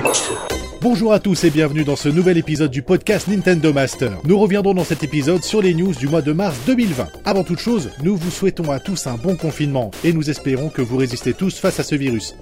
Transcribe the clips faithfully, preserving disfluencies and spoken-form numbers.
Master. Bonjour à tous et bienvenue dans ce nouvel épisode du podcast Nintendo Master. Nous reviendrons dans cet épisode sur les news du mois de mars deux mille vingt. Avant toute chose, nous vous souhaitons à tous un bon confinement et nous espérons que vous résistez tous face à ce virus.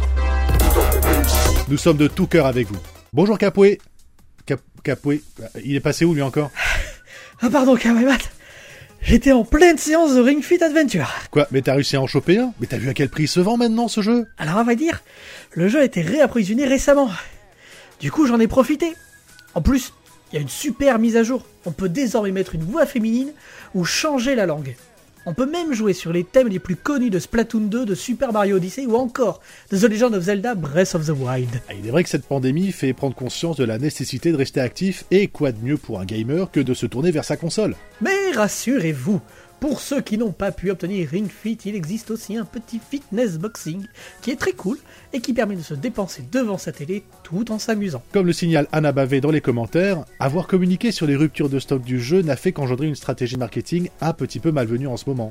Nous sommes de tout cœur avec vous. Bonjour Capoué. Cap... Capoué, il est passé où lui encore? Ah pardon Kawaii, j'étais en pleine séance de Ring Fit Adventure. Quoi, mais t'as réussi à en choper un? Mais t'as vu à quel prix il se vend maintenant ce jeu? Alors à vrai dire, le jeu a été réapprovisionné récemment. Du coup j'en ai profité. En plus, il y a une super mise à jour. On peut désormais mettre une voix féminine ou changer la langue. On peut même jouer sur les thèmes les plus connus de Splatoon deux, de Super Mario Odyssey ou encore de The Legend of Zelda Breath of the Wild. Ah, il est vrai que cette pandémie fait prendre conscience de la nécessité de rester actif et quoi de mieux pour un gamer que de se tourner vers sa console. Mais rassurez-vous, pour ceux qui n'ont pas pu obtenir Ring Fit, il existe aussi un petit fitness boxing qui est très cool et qui permet de se dépenser devant sa télé tout en s'amusant. Comme le signale Anna Bavé dans les commentaires, avoir communiqué sur les ruptures de stock du jeu n'a fait qu'engendrer une stratégie marketing un petit peu malvenue en ce moment.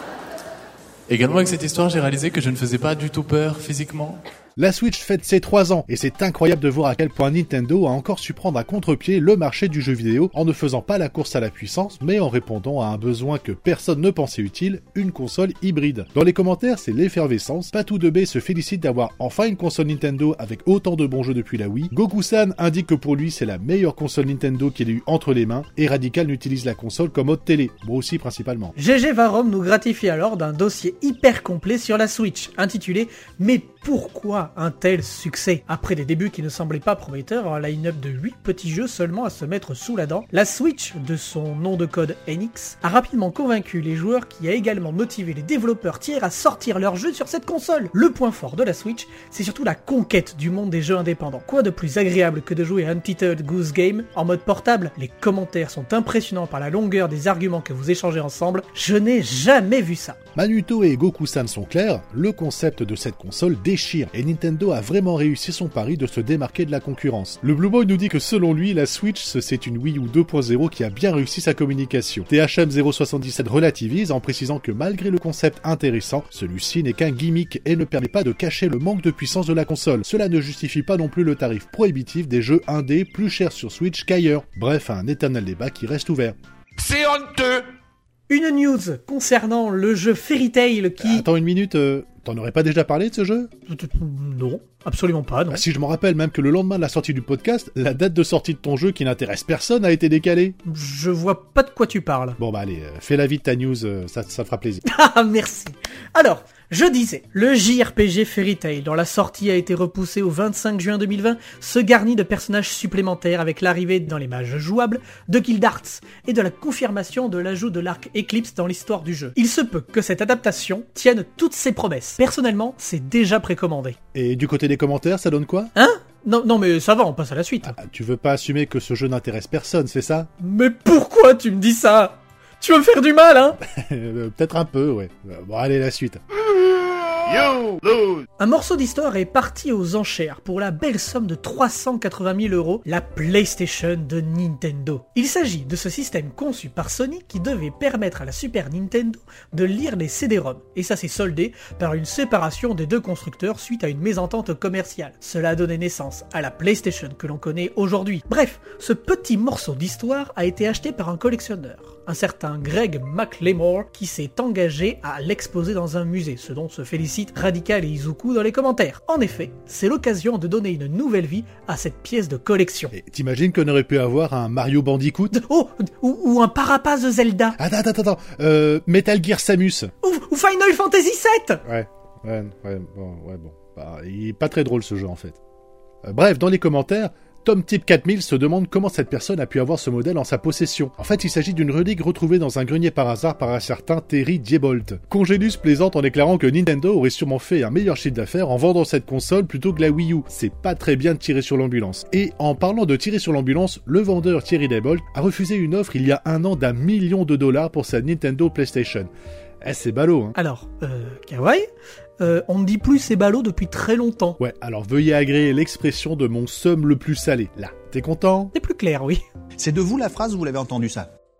Également avec cette histoire, j'ai réalisé que je ne faisais pas du tout peur physiquement. La Switch fête ses trois ans, et c'est incroyable de voir à quel point Nintendo a encore su prendre à contre-pied le marché du jeu vidéo en ne faisant pas la course à la puissance, mais en répondant à un besoin que personne ne pensait utile, une console hybride. Dans les commentaires, c'est l'effervescence. Patou deux B se félicite d'avoir enfin une console Nintendo avec autant de bons jeux depuis la Wii. Goku-san indique que pour lui, c'est la meilleure console Nintendo qu'il ait eu entre les mains, et Radical n'utilise la console comme mode télé, moi aussi principalement. G G Varom nous gratifie alors d'un dossier hyper complet sur la Switch, intitulé « Mais pourquoi un tel succès ?» Après des débuts qui ne semblaient pas prometteurs, un line-up de huit petits jeux seulement à se mettre sous la dent, la Switch, de son nom de code Enix, a rapidement convaincu les joueurs qui a également motivé les développeurs tiers à sortir leurs jeux sur cette console. Le point fort de la Switch, c'est surtout la conquête du monde des jeux indépendants. Quoi de plus agréable que de jouer à Untitled Goose Game en mode portable? Les commentaires sont impressionnants par la longueur des arguments que vous échangez ensemble, je n'ai jamais vu ça. Manuto et Goku-san sont clairs, le concept de cette console déchire et Nintendo a vraiment réussi son pari de se démarquer de la concurrence. Le Blue Boy nous dit que selon lui, la Switch, c'est une Wii U deux point zéro qui a bien réussi sa communication. T H M zéro soixante-dix-sept relativise en précisant que malgré le concept intéressant, celui-ci n'est qu'un gimmick et ne permet pas de cacher le manque de puissance de la console. Cela ne justifie pas non plus le tarif prohibitif des jeux indés plus chers sur Switch qu'ailleurs. Bref, un éternel débat qui reste ouvert. C'est honteux! Une news concernant le jeu Fairy Tail qui... Attends une minute, euh, t'en aurais pas déjà parlé de ce jeu? Non, absolument pas, non. Ah, si je me rappelle même que le lendemain de la sortie du podcast, la date de sortie de ton jeu qui n'intéresse personne a été décalée. Je vois pas de quoi tu parles. Bon bah allez, euh, fais la vie de ta news, euh, ça, ça fera plaisir. Ah, merci. Alors, je disais, le J R P G Fairy Tail, dont la sortie a été repoussée au vingt-cinq juin deux mille vingt, se garnit de personnages supplémentaires avec l'arrivée dans les mages jouables de Guild Arts et de la confirmation de l'ajout de l'arc Eclipse dans l'histoire du jeu. Il se peut que cette adaptation tienne toutes ses promesses. Personnellement, c'est déjà précommandé. Et du côté des commentaires, ça donne quoi? Hein? Non, non mais ça va, on passe à la suite. Ah, tu veux pas assumer que ce jeu n'intéresse personne, c'est ça? Mais pourquoi tu me dis ça? Tu veux me faire du mal, hein? Peut-être un peu, ouais. Bon, allez, la suite. You lose! Un morceau d'histoire est parti aux enchères pour la belle somme de trois cent quatre-vingt mille euros, la PlayStation de Nintendo. Il s'agit de ce système conçu par Sony qui devait permettre à la Super Nintendo de lire les C D ROM, et ça s'est soldé par une séparation des deux constructeurs suite à une mésentente commerciale. Cela a donné naissance à la PlayStation que l'on connaît aujourd'hui. Bref, ce petit morceau d'histoire a été acheté par un collectionneur, un certain Greg McLemore, qui s'est engagé à l'exposer dans un musée, ce dont se félicitent Radical et Izuku dans les commentaires. En effet, c'est l'occasion de donner une nouvelle vie à cette pièce de collection. Et t'imagines qu'on aurait pu avoir un Mario Bandicoot? Oh, ou, ou un Parapaz de Zelda. Attends, attends, attends, euh, Metal Gear Samus. Ou, ou Final Fantasy sept. Ouais, ouais, ouais, bon, ouais, bon. Bah, il est pas très drôle ce jeu en fait. Euh, bref, dans les commentaires, TomTip quatre mille se demande comment cette personne a pu avoir ce modèle en sa possession. En fait, il s'agit d'une relique retrouvée dans un grenier par hasard par un certain Terry Diebold. Congélus plaisante en déclarant que Nintendo aurait sûrement fait un meilleur chiffre d'affaires en vendant cette console plutôt que la Wii U. C'est pas très bien de tirer sur l'ambulance. Et en parlant de tirer sur l'ambulance, le vendeur Thierry Diebold a refusé une offre il y a un an d'un million de dollars pour sa Nintendo PlayStation. Eh, c'est ballot, hein. Alors, euh, Kawaii, euh, on ne dit plus c'est ballot depuis très longtemps. Ouais, alors veuillez agréer l'expression de mon seum le plus salé. Là, t'es content? C'est plus clair, oui. C'est de vous la phrase ou vous l'avez entendu ça?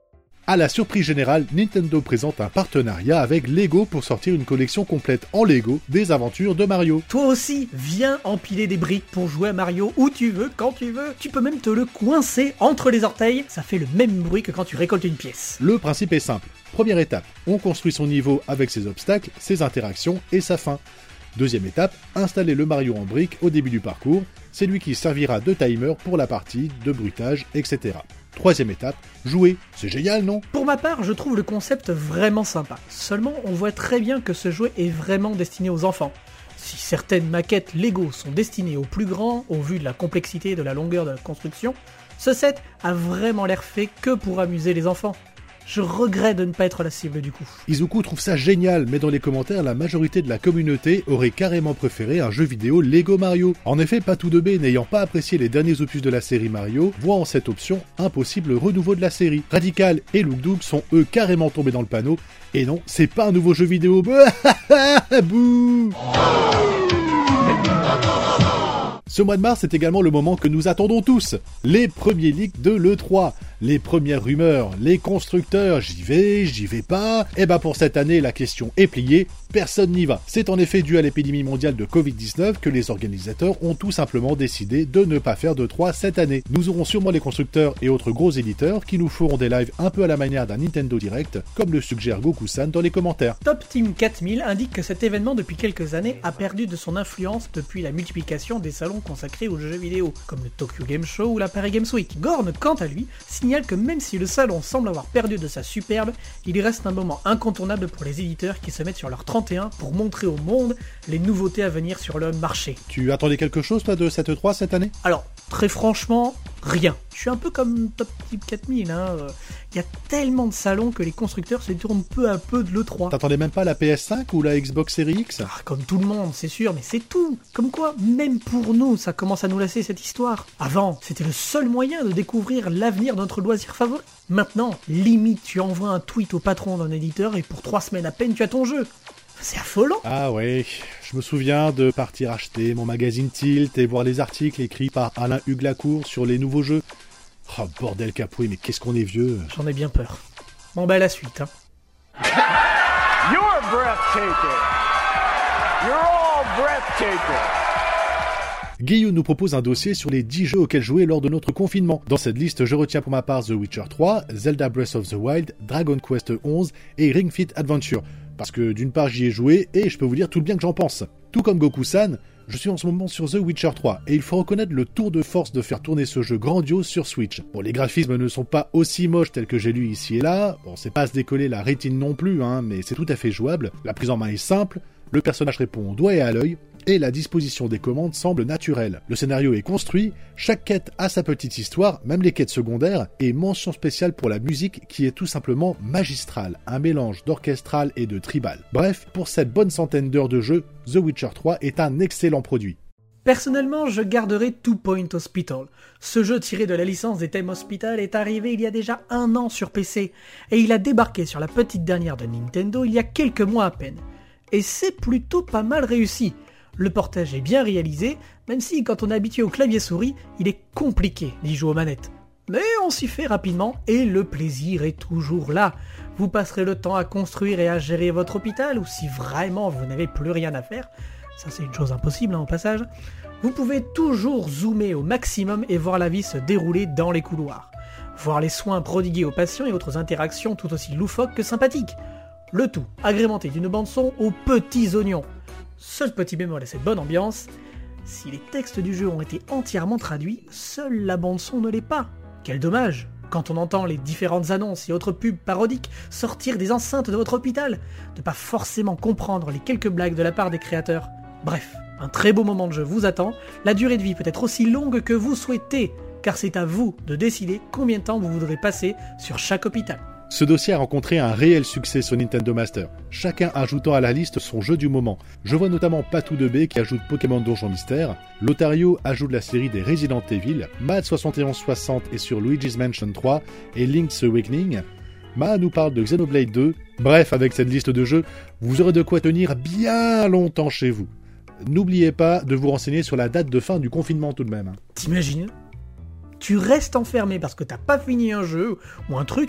À la surprise générale, Nintendo présente un partenariat avec Lego pour sortir une collection complète en Lego des aventures de Mario. Toi aussi, viens empiler des briques pour jouer à Mario où tu veux, quand tu veux. Tu peux même te le coincer entre les orteils, ça fait le même bruit que quand tu récoltes une pièce. Le principe est simple. Première étape, on construit son niveau avec ses obstacles, ses interactions et sa fin. Deuxième étape, installer le Mario en briques au début du parcours, c'est lui qui servira de timer pour la partie, de bruitage, et cetera. Troisième étape, jouer. C'est génial, non ? Pour ma part, je trouve le concept vraiment sympa. Seulement, on voit très bien que ce jeu est vraiment destiné aux enfants. Si certaines maquettes Lego sont destinées aux plus grands, au vu de la complexité et de la longueur de la construction, ce set a vraiment l'air fait que pour amuser les enfants. Je regrette de ne pas être la cible du coup. Izuku trouve ça génial, mais dans les commentaires, la majorité de la communauté aurait carrément préféré un jeu vidéo Lego Mario. En effet, Patou de B, n'ayant pas apprécié les derniers opus de la série Mario, voit en cette option un possible renouveau de la série. Radical et Look Doug sont eux carrément tombés dans le panneau, et non, c'est pas un nouveau jeu vidéo. Bouh. Ce mois de mars est également le moment que nous attendons tous. Les premiers leaks de l'E trois. Les premières rumeurs, les constructeurs, j'y vais, j'y vais pas. Et bah pour cette année, la question est pliée, personne n'y va. C'est en effet dû à l'épidémie mondiale de covid dix-neuf que les organisateurs ont tout simplement décidé de ne pas faire d'E trois cette année. Nous aurons sûrement les constructeurs et autres gros éditeurs qui nous feront des lives un peu à la manière d'un Nintendo Direct, comme le suggère Goku-san dans les commentaires. Top Team quatre mille indique que cet événement depuis quelques années a perdu de son influence depuis la multiplication des salons consacrés aux jeux vidéo, comme le Tokyo Game Show ou la Paris Games Week. Gorn, quant à lui, signale que même si le salon semble avoir perdu de sa superbe, il reste un moment incontournable pour les éditeurs qui se mettent sur leur trente et un pour montrer au monde les nouveautés à venir sur le marché. Tu attendais quelque chose toi de cette E trois cette année ? Alors, très franchement, rien. Je suis un peu comme Top Team quatre mille, hein. Il y a tellement de salons que les constructeurs se tournent peu à peu de l'E trois. T'attendais même pas la P S cinq ou la Xbox Series X ? Ah, comme tout le monde, c'est sûr, mais c'est tout. Comme quoi, même pour nous, ça commence à nous lasser cette histoire. Avant, c'était le seul moyen de découvrir l'avenir de notre loisir favori. Maintenant, limite, tu envoies un tweet au patron d'un éditeur et pour trois semaines à peine, tu as ton jeu. C'est affolant. Ah ouais, je me souviens de partir acheter mon magazine Tilt et voir les articles écrits par Alain Hugues Lacour sur les nouveaux jeux. Oh bordel Capouille, mais qu'est-ce qu'on est vieux. J'en ai bien peur. Bon bah la suite, hein. You're breathtaking. You're all breathtaking. Guillaume nous propose un dossier sur les dix jeux auxquels jouer lors de notre confinement. Dans cette liste, je retiens pour ma part The Witcher trois, Zelda Breath of the Wild, Dragon Quest onze et Ring Fit Adventure. Parce que d'une part j'y ai joué et je peux vous dire tout le bien que j'en pense. Tout comme Goku-san, je suis en ce moment sur The Witcher trois et il faut reconnaître le tour de force de faire tourner ce jeu grandiose sur Switch. Bon, les graphismes ne sont pas aussi moches tels que j'ai lu ici et là, bon c'est pas à se décoller la rétine non plus, hein, mais c'est tout à fait jouable, la prise en main est simple, le personnage répond au doigt et à l'œil, et la disposition des commandes semble naturelle. Le scénario est construit, chaque quête a sa petite histoire, même les quêtes secondaires, et mention spéciale pour la musique qui est tout simplement magistrale, un mélange d'orchestral et de tribal. Bref, pour cette bonne centaine d'heures de jeu, The Witcher trois est un excellent produit. Personnellement, je garderai Two Point Hospital. Ce jeu tiré de la licence des thèmes Hospital est arrivé il y a déjà un an sur P C, et il a débarqué sur la petite dernière de Nintendo il y a quelques mois à peine. Et c'est plutôt pas mal réussi. Le portage est bien réalisé, même si quand on est habitué au clavier-souris, il est compliqué d'y jouer aux manettes. Mais on s'y fait rapidement et le plaisir est toujours là. Vous passerez le temps à construire et à gérer votre hôpital, ou si vraiment vous n'avez plus rien à faire, ça c'est une chose impossible hein, au passage, vous pouvez toujours zoomer au maximum et voir la vie se dérouler dans les couloirs. Voir les soins prodigués aux patients et autres interactions tout aussi loufoques que sympathiques. Le tout agrémenté d'une bande-son aux petits oignons. Seul petit bémol à cette bonne ambiance, si les textes du jeu ont été entièrement traduits, seule la bande-son ne l'est pas. Quel dommage, quand on entend les différentes annonces et autres pubs parodiques sortir des enceintes de votre hôpital, de pas forcément comprendre les quelques blagues de la part des créateurs. Bref, un très beau moment de jeu vous attend, la durée de vie peut être aussi longue que vous souhaitez, car c'est à vous de décider combien de temps vous voudrez passer sur chaque hôpital. Ce dossier a rencontré un réel succès sur Nintendo Master, chacun ajoutant à la liste son jeu du moment. Je vois notamment Patou de B qui ajoute Pokémon Donjon Mystère, Lotario ajoute la série des Resident Evil, Mad soixante et onze soixante est sur Luigi's Mansion trois et Link's Awakening, Ma nous parle de Xenoblade deux, bref avec cette liste de jeux, vous aurez de quoi tenir bien longtemps chez vous. N'oubliez pas de vous renseigner sur la date de fin du confinement tout de même. T'imagines ? Tu restes enfermé parce que t'as pas fini un jeu ou un truc, hein ?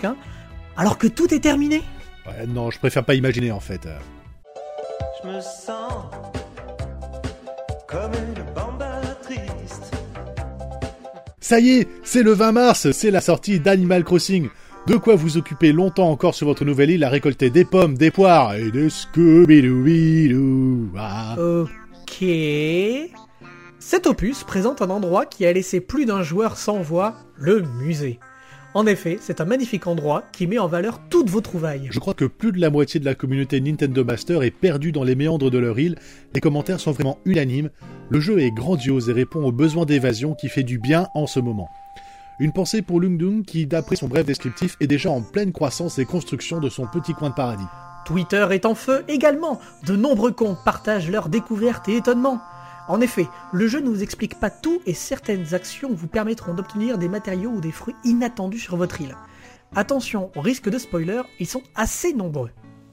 alors que tout est terminé? Ouais, non, je préfère pas imaginer en fait. Je me sens comme une bande triste. Ça y est, c'est le vingt mars, c'est la sortie d'Animal Crossing. De quoi vous occuper longtemps encore sur votre nouvelle île à récolter des pommes, des poires et des Scooby-Doo. Ah. Ok... Cet opus présente un endroit qui a laissé plus d'un joueur sans voix, le musée. En effet, c'est un magnifique endroit qui met en valeur toutes vos trouvailles. Je crois que plus de la moitié de la communauté Nintendo Master est perdue dans les méandres de leur île. Les commentaires sont vraiment unanimes. Le jeu est grandiose et répond aux besoins d'évasion qui fait du bien en ce moment. Une pensée pour Lung Dung qui, d'après son bref descriptif, est déjà en pleine croissance et construction de son petit coin de paradis. Twitter est en feu également. De nombreux comptes partagent leurs découvertes et étonnements. En effet, le jeu ne vous explique pas tout et certaines actions vous permettront d'obtenir des matériaux ou des fruits inattendus sur votre île. Attention au risque de spoiler, ils sont assez nombreux.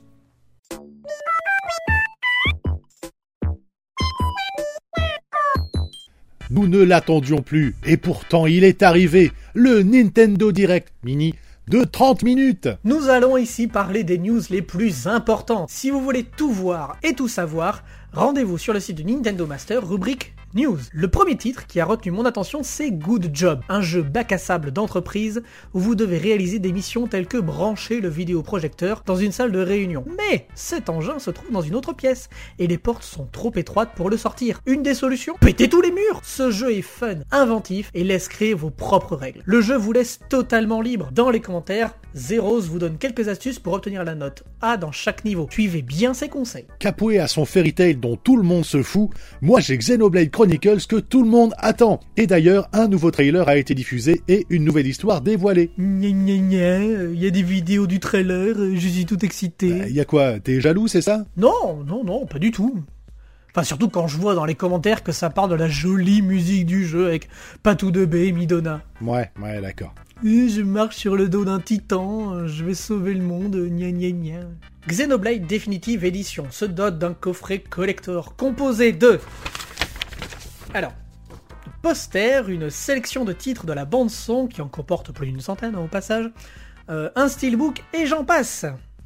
Nous ne l'attendions plus, et pourtant il est arrivé, le Nintendo Direct Mini de trente minutes. Nous allons ici parler des news les plus importantes. Si vous voulez tout voir et tout savoir, rendez-vous sur le site de Nintendo Master, rubrique News. Le premier titre qui a retenu mon attention, c'est Good Job, un jeu bac à sable d'entreprise où vous devez réaliser des missions telles que brancher le vidéoprojecteur dans une salle de réunion. Mais cet engin se trouve dans une autre pièce et les portes sont trop étroites pour le sortir. Une des solutions, pétez tous les murs. Ce jeu est fun, inventif et laisse créer vos propres règles. Le jeu vous laisse totalement libre. Dans les commentaires, Zeros vous donne quelques astuces pour obtenir la note A dans chaque niveau. Suivez bien ses conseils. Capoué à son Fairy Tail dont tout le monde se fout, moi j'ai Xenoblade Chronicles que tout le monde attend. Et d'ailleurs, un nouveau trailer a été diffusé et une nouvelle histoire dévoilée. Gna gna gna, il y a des vidéos du trailer, je suis tout excité. Il euh, y a quoi, t'es jaloux, c'est ça? Non, non, non, pas du tout. Enfin, surtout quand je vois dans les commentaires que ça parle de la jolie musique du jeu avec Patou de B et Midona. Ouais, ouais, d'accord. Et je marche sur le dos d'un titan, je vais sauver le monde, gna gna gna. Xenoblade Definitive Edition se dote d'un coffret collector composé de... Alors, poster, une sélection de titres de la bande-son qui en comporte plus d'une centaine au passage, euh, un steelbook et j'en passe.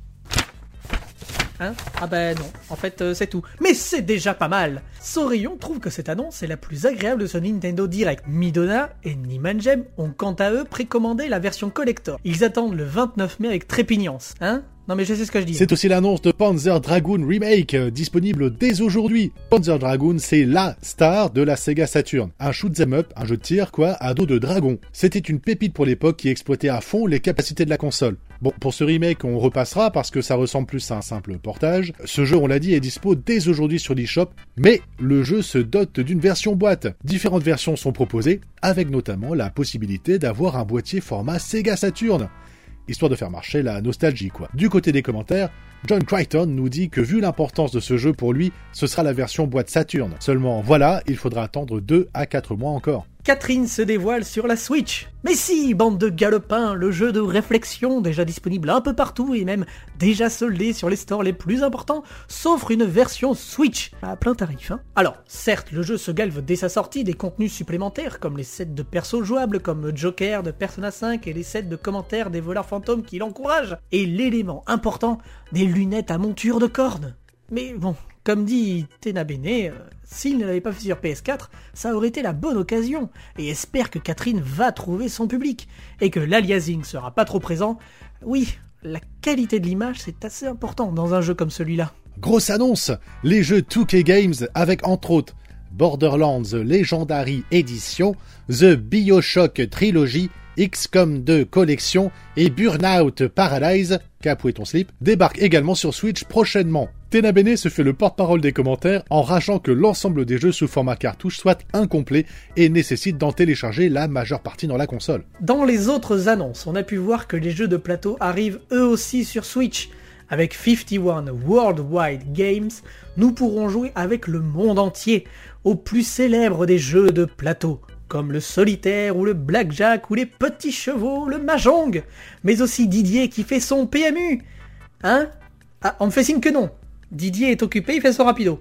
Hein? Ah ben non, en fait euh, c'est tout. Mais c'est déjà pas mal. Sorillon trouve que cette annonce est la plus agréable de ce Nintendo Direct. Midona et Nimanjem ont quant à eux précommandé la version collector. Ils attendent le vingt-neuf mai avec trépignance, hein? Non mais je sais ce que je dis. C'est aussi l'annonce de Panzer Dragoon Remake, euh, disponible dès aujourd'hui. Panzer Dragoon, c'est LA star de la Sega Saturn. Un shoot'em up, un jeu de tir, quoi, à dos de dragon. C'était une pépite pour l'époque qui exploitait à fond les capacités de la console. Bon, pour ce remake, on repassera parce que ça ressemble plus à un simple portage. Ce jeu, on l'a dit, est dispo dès aujourd'hui sur l'eShop, mais le jeu se dote d'une version boîte. Différentes versions sont proposées, avec notamment la possibilité d'avoir un boîtier format Sega Saturn. Histoire de faire marcher la nostalgie, quoi. Du côté des commentaires, John Crichton nous dit que vu l'importance de ce jeu pour lui, ce sera la version boîte Saturn. Seulement voilà, il faudra attendre deux à quatre mois encore. Catherine se dévoile sur la Switch. Mais si, bande de galopins, le jeu de réflexion, déjà disponible un peu partout et même déjà soldé sur les stores les plus importants, s'offre une version Switch à plein tarif. Hein. Alors, certes, le jeu se galve dès sa sortie des contenus supplémentaires, comme les sets de persos jouables comme Joker de Persona cinq et les sets de commentaires des voleurs fantômes qui l'encouragent, et l'élément important, des lunettes à monture de cornes. Mais bon, comme dit Tena Bene, euh, s'il ne l'avait pas fait sur P S quatre, ça aurait été la bonne occasion, et espère que Catherine va trouver son public, et que l'aliasing sera pas trop présent. Oui, la qualité de l'image c'est assez important dans un jeu comme celui-là. Grosse annonce, les jeux deux K Games avec entre autres Borderlands Legendary Edition, The BioShock Trilogy, X COM deux Collection et Burnout Paradise, cap où est ton slip, débarquent également sur Switch prochainement. Tena Bene se fait le porte-parole des commentaires en rageant que l'ensemble des jeux sous format cartouche soit incomplet et nécessite d'en télécharger la majeure partie dans la console. Dans les autres annonces, on a pu voir que les jeux de plateau arrivent eux aussi sur Switch. Avec cinquante et un Worldwide Games, nous pourrons jouer avec le monde entier, aux plus célèbres des jeux de plateau, comme le solitaire ou le blackjack ou les petits chevaux, le mahjong, mais aussi Didier qui fait son P M U. Hein? Ah, on me fait signe que non. Didier est occupé, il fait son rapido.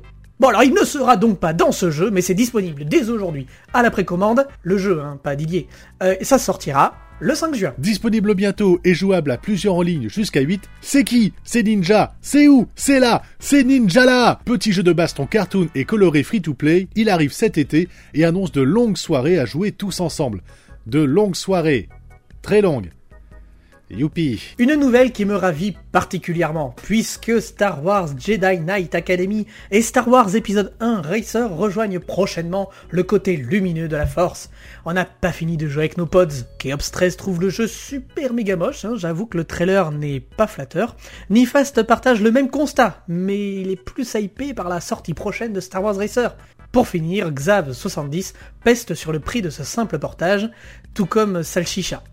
Bon alors il ne sera donc pas dans ce jeu, mais c'est disponible dès aujourd'hui à la précommande, le jeu, hein, pas Didier, euh, et ça sortira le cinq juin. Disponible bientôt et jouable à plusieurs en ligne jusqu'à huit, c'est qui? C'est Ninja. C'est où? C'est là. C'est Ninja là. Petit jeu de baston cartoon et coloré free-to-play, il arrive cet été et annonce de longues soirées à jouer tous ensemble. De longues soirées. Très longues. Youpi. Une nouvelle qui me ravit particulièrement, puisque Star Wars Jedi Knight Academy et Star Wars épisode un Racer rejoignent prochainement le côté lumineux de la Force. On n'a pas fini de jouer avec nos pods. Keops treize trouve le jeu super méga moche, hein, j'avoue que le trailer n'est pas flatteur. Nifast partage le même constat, mais il est plus hypé par la sortie prochaine de Star Wars Racer. Pour finir, Xav soixante-dix peste sur le prix de ce simple portage, tout comme Salchicha.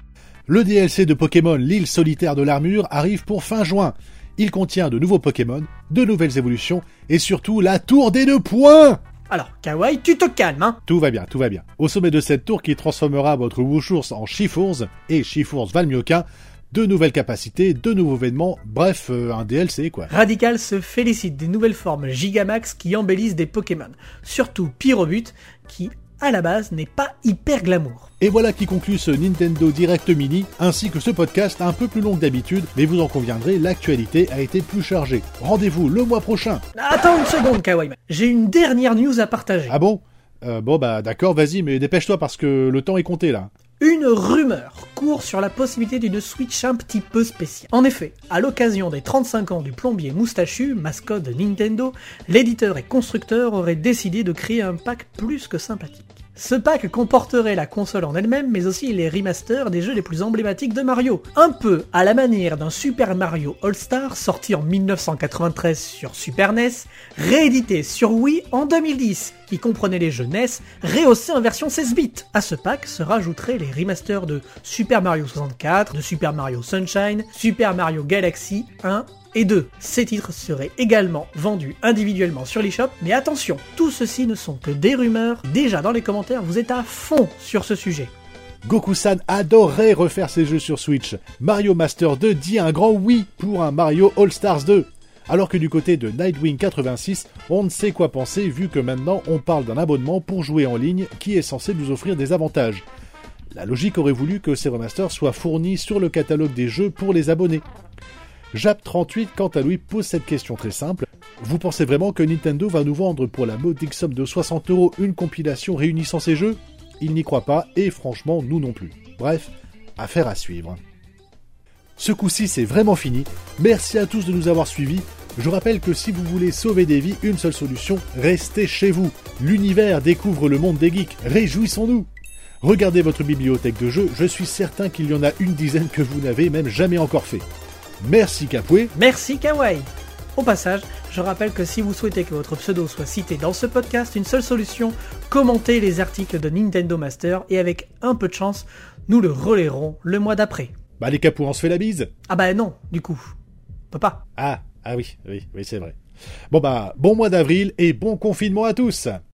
Le D L C de Pokémon l'île solitaire de l'armure arrive pour fin juin. Il contient de nouveaux Pokémon, de nouvelles évolutions et surtout la tour des deux points. Alors, Kawaii, tu te calmes, hein. Tout va bien, tout va bien. Au sommet de cette tour qui transformera votre Wushours en Chifours et Chifours Valmioquin, de nouvelles capacités, de nouveaux vêtements, bref, euh, un D L C quoi. Radical se félicite des nouvelles formes Gigamax qui embellissent des Pokémon. Surtout Pyrobut, qui à la base n'est pas hyper glamour. Et voilà qui conclut ce Nintendo Direct Mini, ainsi que ce podcast un peu plus long que d'habitude, mais vous en conviendrez, l'actualité a été plus chargée. Rendez-vous le mois prochain. Attends une seconde, Kawaii. J'ai une dernière news à partager. Ah bon euh, Bon bah d'accord, vas-y, mais dépêche-toi parce que le temps est compté là. Une rumeur court sur la possibilité d'une Switch un petit peu spéciale. En effet, à l'occasion des trente-cinq ans du plombier moustachu, mascotte de Nintendo, l'éditeur et constructeur aurait décidé de créer un pack plus que sympathique. Ce pack comporterait la console en elle-même, mais aussi les remasters des jeux les plus emblématiques de Mario. Un peu à la manière d'un Super Mario All-Star sorti en dix-neuf cent quatre-vingt-treize sur Super N E S, réédité sur Wii en deux mille dix, qui comprenait les jeux N E S, rehaussés en version seize bits. À ce pack se rajouteraient les remasters de Super Mario soixante-quatre, de Super Mario Sunshine, Super Mario Galaxy un et deux. Ces titres seraient également vendus individuellement sur l'eShop, mais attention, tout ceci ne sont que des rumeurs. Déjà dans les commentaires, vous êtes à fond sur ce sujet. Goku-san adorerait refaire ses jeux sur Switch. Mario Master deux dit un grand oui pour un Mario All-Stars deux. Alors que du côté de Nightwing quatre-vingt-six, on ne sait quoi penser vu que maintenant on parle d'un abonnement pour jouer en ligne qui est censé nous offrir des avantages. La logique aurait voulu que ces remasters soient fournis sur le catalogue des jeux pour les abonnés. Jap trente-huit, quant à lui, pose cette question très simple. Vous pensez vraiment que Nintendo va nous vendre pour la modique somme de soixante euros une compilation réunissant ces jeux? Il n'y croit pas, et franchement, nous non plus. Bref, affaire à suivre. Ce coup-ci, c'est vraiment fini. Merci à tous de nous avoir suivis. Je rappelle que si vous voulez sauver des vies, une seule solution, restez chez vous. L'univers découvre le monde des geeks. Réjouissons-nous! Regardez votre bibliothèque de jeux, je suis certain qu'il y en a une dizaine que vous n'avez même jamais encore fait. Merci Capoué. Merci Kawaii. Au passage, je rappelle que si vous souhaitez que votre pseudo soit cité dans ce podcast, une seule solution, commentez les articles de Nintendo Master et avec un peu de chance, nous le relayerons le mois d'après. Bah les Capoués, on se fait la bise. Ah bah non, du coup. On peut pas. Ah, ah oui, oui, oui c'est vrai. Bon bah, bon mois d'avril et bon confinement à tous.